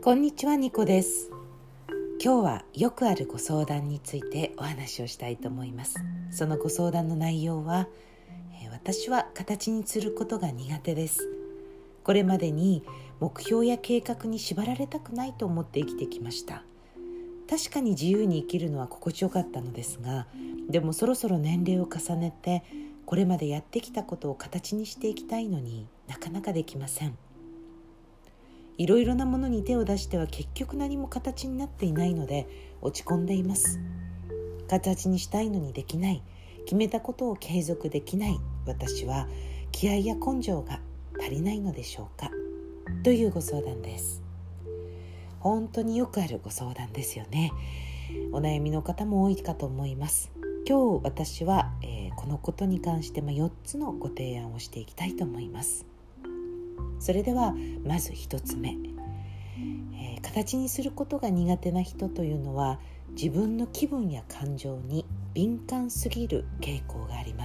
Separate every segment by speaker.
Speaker 1: こんにちは、ニコです。今日はよくあるご相談についてお話をしたいと思います。そのご相談の内容は、私は形にすることが苦手です。これまでに目標や計画に縛られたくないと思って生きてきました。確かに自由に生きるのは心地よかったのですが、でもそろそろ年齢を重ねて、これまでやってきたことを形にしていきたいのになかなかできません。いろいろなものに手を出しては結局何も形になっていないので落ち込んでいます。形にしたいのにできない、決めたことを継続できない、私は気合や根性が足りないのでしょうか、というご相談です。本当によくあるご相談ですよね。お悩みの方も多いかと思います。今日私は、このことに関して4つのご提案をしていきたいと思います。それではまず1つ目、形にすることが苦手な人というのは自分の気分や感情に敏感すぎる傾向があります。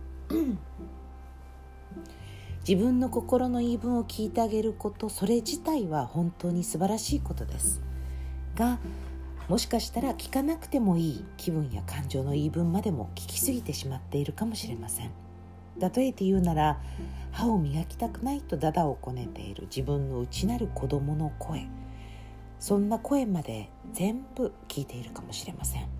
Speaker 1: 自分の心の言い分を聞いてあげること、それ自体は本当に素晴らしいことですが、もしかしたら聞かなくてもいい気分や感情の言い分までも聞きすぎてしまっているかもしれません。例えて言うなら、歯を磨きたくないとダダをこねている自分の内なる子供の声、そんな声まで全部聞いているかもしれません。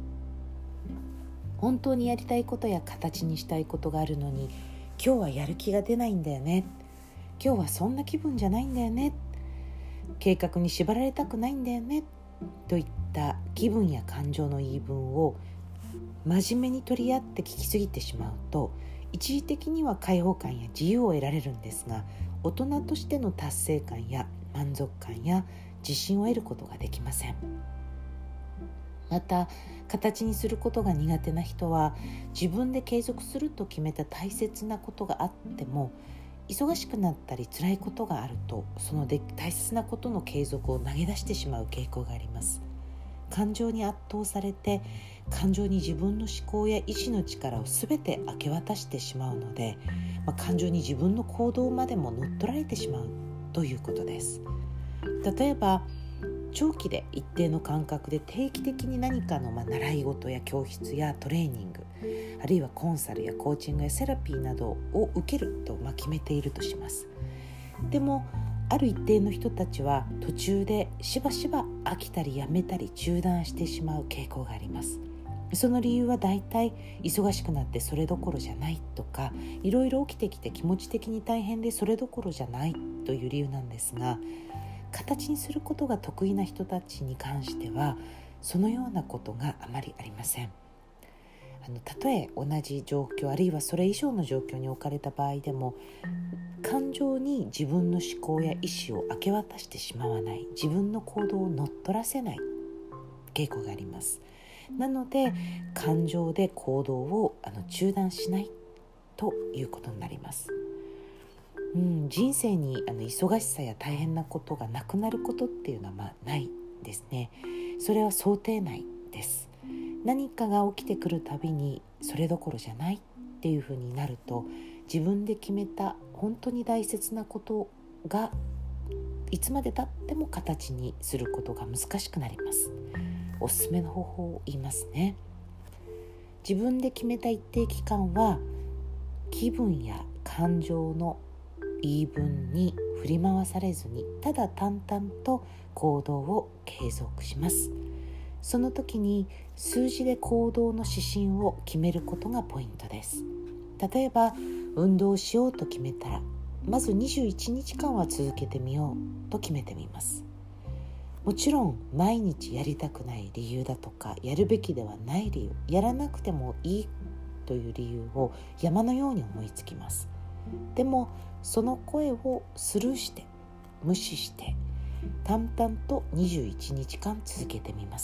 Speaker 1: 本当にやりたいことや形にしたいことがあるのに、今日はやる気が出ないんだよね、今日はそんな気分じゃないんだよね、計画に縛られたくないんだよね、といった気分や感情の言い分を真面目に取り合って聞きすぎてしまうと、一時的には開放感や自由を得られるんですが、大人としての達成感や満足感や自信を得ることができません。また、形にすることが苦手な人は、自分で継続すると決めた大切なことがあっても、忙しくなったり辛いことがあると、その大切なことの継続を投げ出してしまう傾向があります。感情に圧倒されて、感情に自分の思考や意志の力を全て明け渡してしまうので、感情に自分の行動までも乗っ取られてしまうということです。例えば、長期で一定の間隔で定期的に何かの習い事や教室やトレーニング、あるいはコンサルやコーチングやセラピーなどを受けると決めているとします。でもある一定の人たちは途中でしばしば飽きたりやめたり中断してしまう傾向があります。その理由はだいたい忙しくなってそれどころじゃないとか、いろいろ起きてきて気持ち的に大変でそれどころじゃないという理由なんですが、形にすることが得意な人たちに関してはそのようなことがあまりありません。たとえ同じ状況、あるいはそれ以上の状況に置かれた場合でも、感情に自分の思考や意思を明け渡してしまわない、自分の行動を乗っ取らせない傾向があります。なので感情で行動を中断しないということになります。人生に忙しさや大変なことがなくなることっていうのはないですね。それは想定内です。何かが起きてくるたびにそれどころじゃないっていうふうになると、自分で決めた本当に大切なことがいつまでたっても形にすることが難しくなります。おすすめの方法を言いますね。自分で決めた一定期間は気分や感情の言い分に振り回されずに、ただ淡々と行動を継続します。その時に数字で行動の指針を決めることがポイントです。例えば運動をしようと決めたら、まず21日間は続けてみようと決めてみます。もちろん毎日やりたくない理由だとか、やるべきではない理由、やらなくてもいいという理由を山のように思いつきます。でもその声をスルーして、無視して淡々と21日間続けてみます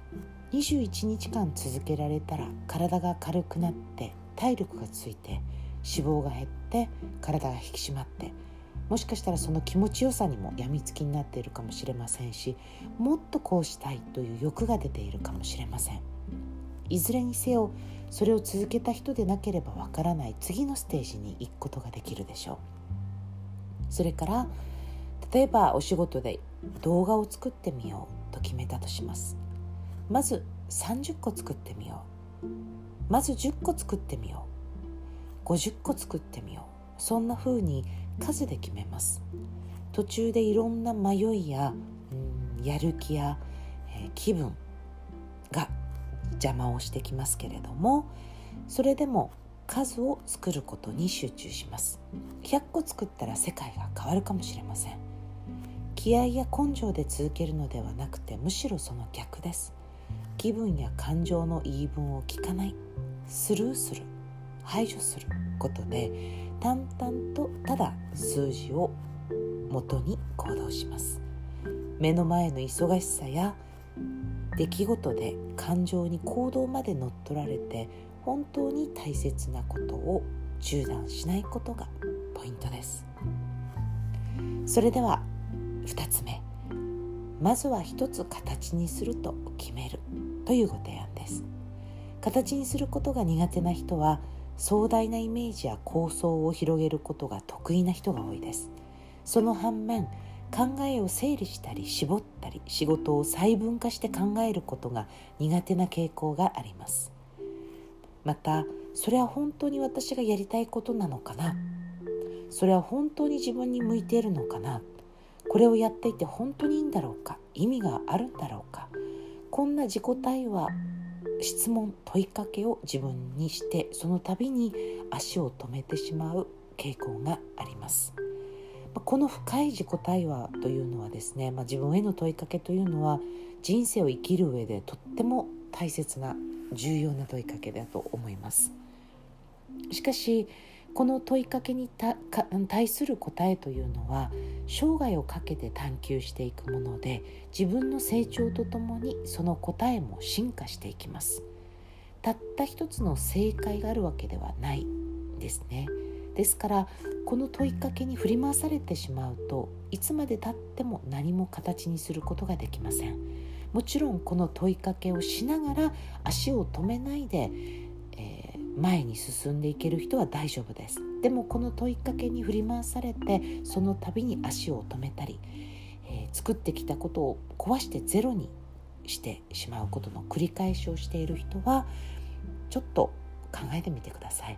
Speaker 1: 。21日間続けられたら、体が軽くなって体力がついて、脂肪が減って体が引き締まって、もしかしたらその気持ちよさにも病みつきになっているかもしれませんし、もっとこうしたいという欲が出ているかもしれません。いずれにせよ、それを続けた人でなければわからない次のステージに行くことができるでしょう。それから例えばお仕事で動画を作ってみようと決めたとします。まず30個作ってみよう、まず10個作ってみよう、50個作ってみよう、そんな風に数で決めます。途中でいろんな迷いややる気や、気分が邪魔をしてきますけれども、それでも数を作ることに集中します。100個作ったら世界が変わるかもしれません。気合や根性で続けるのではなくて、むしろその逆です。気分や感情の言い分を聞かない、スルーする、排除することで淡々とただ数字を元に行動します。目の前の忙しさや出来事で感情に行動まで乗っ取られて、本当に大切なことを中断しないことがポイントです。それでは2つ目、まずは一つ形にすると決めるというご提案です。形にすることが苦手な人は、壮大なイメージや構想を広げることが得意な人が多いです。その反面、考えを整理したり絞ったり、仕事を細分化して考えることが苦手な傾向があります。また、それは本当に私がやりたいことなのかな、それは本当に自分に向いているのかな、これをやっていて本当にいいんだろうか、意味があるんだろうか、こんな自己対話、質問、問いかけを自分にして、その度に足を止めてしまう傾向があります。この深い自己対話というのはですね、自分への問いかけというのは、人生を生きる上でとっても大切な重要な問いかけだと思います。しかし、この問いかけに対する答えというのは、生涯をかけて探求していくもので、自分の成長とともにその答えも進化していきます。たった一つの正解があるわけではないですね。ですから、この問いかけに振り回されてしまうと、いつまで経っても何も形にすることができません。もちろんこの問いかけをしながら足を止めないで、前に進んでいける人は大丈夫です。でもこの問いかけに振り回されて、その度に足を止めたり、作ってきたことを壊してゼロにしてしまうことの繰り返しをしている人は、ちょっと考えてみてください。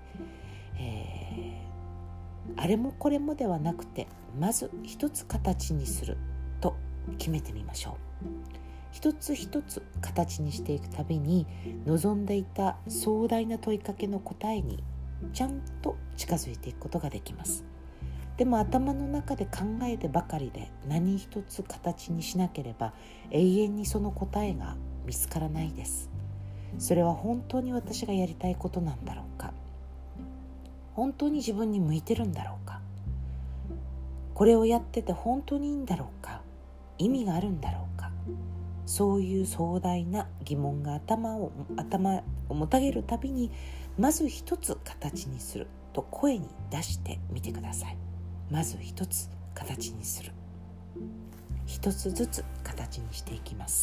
Speaker 1: あれもこれもではなくて、まず一つ形にすると決めてみましょう。一つ一つ形にしていくたびに、望んでいた壮大な問いかけの答えにちゃんと近づいていくことができます。でも頭の中で考えてばかりで何一つ形にしなければ、永遠にその答えが見つからないです。それは本当に私がやりたいことなんだろうか、本当に自分に向いてるんだろうか、これをやってて本当にいいんだろうか、意味があるんだろうか、そういう壮大な疑問が頭をもたげるたびに、まず一つ形にすると声に出してみてください。まず一つ形にする、一つずつ形にしていきます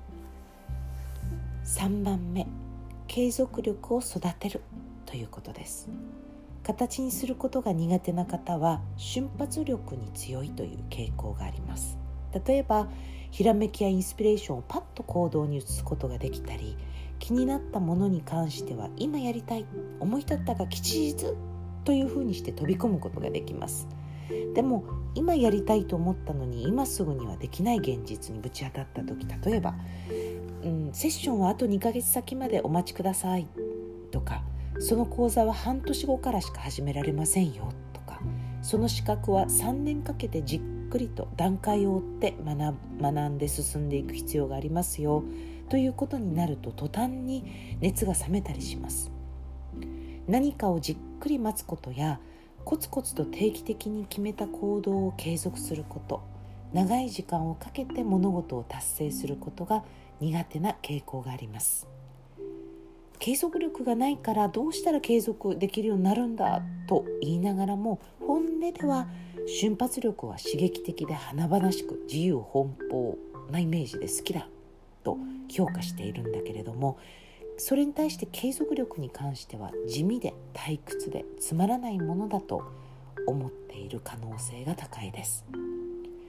Speaker 1: 。3番目、継続力を育てるということです。形にすることが苦手な方は、瞬発力に強いという傾向があります。例えば、ひらめきやインスピレーションをパッと行動に移すことができたり、気になったものに関しては今やりたい、思い立ったが吉日というふうにして飛び込むことができます。でも今やりたいと思ったのに、今すぐにはできない現実にぶち当たった時、例えば、セッションはあと2ヶ月先までお待ちくださいとか、その講座は半年後からしか始められませんよとか、その資格は3年かけてじっくりと段階を追って学んで進んでいく必要がありますよということになると、途端に熱が冷めたりします。何かをじっくり待つことや、コツコツと定期的に決めた行動を継続すること、長い時間をかけて物事を達成することが苦手な傾向があります。継続力がないからどうしたら継続できるようになるんだと言いながらも、本音では瞬発力は刺激的で華々しく自由奔放なイメージで好きだと評価しているんだけれども、それに対して継続力に関しては地味で退屈でつまらないものだと思っている可能性が高いです。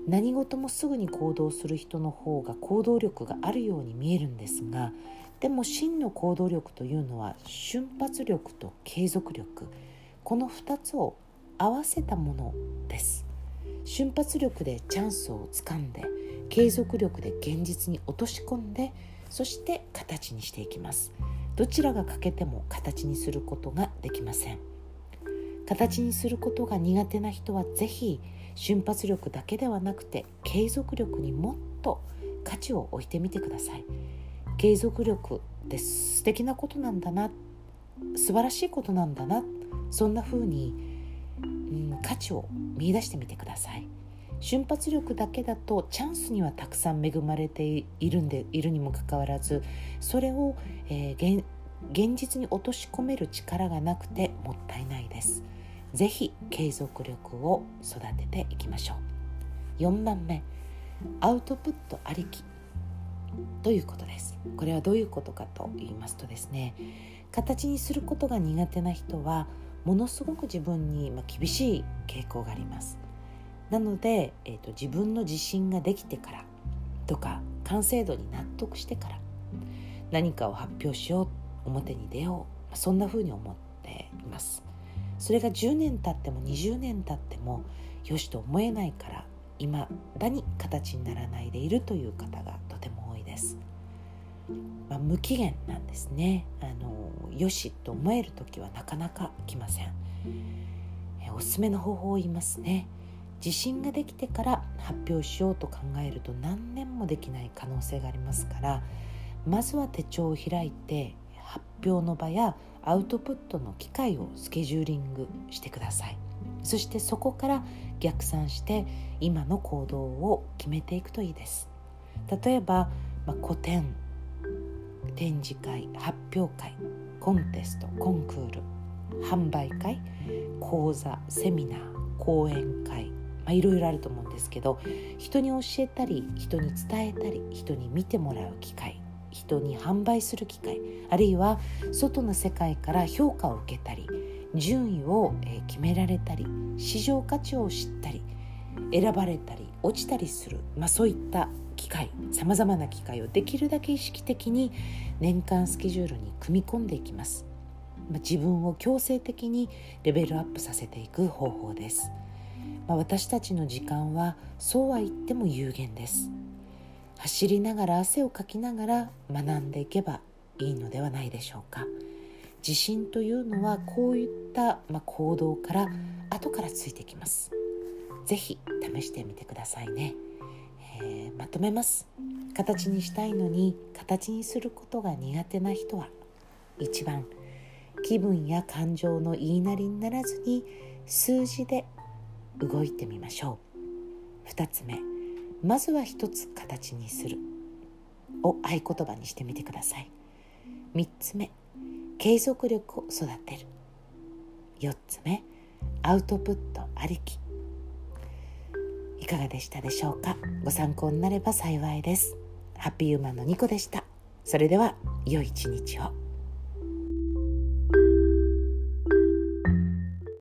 Speaker 1: 何事もすぐに行動する人の方が行動力があるように見えるんですが、でも真の行動力というのは瞬発力と継続力、この2つを合わせたものです。瞬発力でチャンスをつかんで、継続力で現実に落とし込んで、そして形にしていきます。どちらが欠けても形にすることができません。形にすることが苦手な人はぜひ瞬発力だけではなくて継続力にもっと価値を置いてみてください。継続力って素敵なことなんだな、素晴らしいことなんだな、そんな風に、価値を見出してみてください。瞬発力だけだとチャンスにはたくさん恵まれているにもかかわらず、それを、現実に落とし込める力がなくてもったいないです。ぜひ継続力を育てていきましょう。4番目、アウトプットありきということです。これはどういうことかと言いますとですね、形にすることが苦手な人はものすごく自分に厳しい傾向があります。なので、自分の自信ができてからとか完成度に納得してから何かを発表しよう、表に出よう、そんな風に思っています。それが10年経っても20年経ってもよしと思えないから、未だに形にならないでいるという方がとても多いです。無期限なんですね。よしと思える時はなかなか来ません。おすすめの方法を言いますね。自信ができてから発表しようと考えると何年もできない可能性がありますから、まずは手帳を開いて発表の場やアウトプットの機会をスケジューリングしてください。そしてそこから逆算して今の行動を決めていくといいです。例えば、個展、展示会、発表会、コンテスト、コンクール、販売会、講座、セミナー、講演会、いろいろあると思うんですけど、人に教えたり、人に伝えたり、人に見てもらう機会、人に販売する機会、あるいは外の世界から評価を受けたり、順位を決められたり、市場価値を知ったり、選ばれたり落ちたりする、そういった機会、さまざまな機会をできるだけ意識的に年間スケジュールに組み込んでいきます。自分を強制的にレベルアップさせていく方法です。私たちの時間はそうは言っても有限です。走りながら汗をかきながら学んでいけばいいのではないでしょうか。自信というのはこういった行動から後からついてきます。ぜひ試してみてくださいね。まとめます。形にしたいのに形にすることが苦手な人は、1番、気分や感情の言いなりにならずに数字で動いてみましょう。2つ目、まずは一つ形にするを合言葉にしてみてください。3つ目、継続力を育てる。4つ目、アウトプットありき。いかがでしたでしょうか。ご参考になれば幸いです。ハッピーウーマンのニコでした。それでは良い一日を。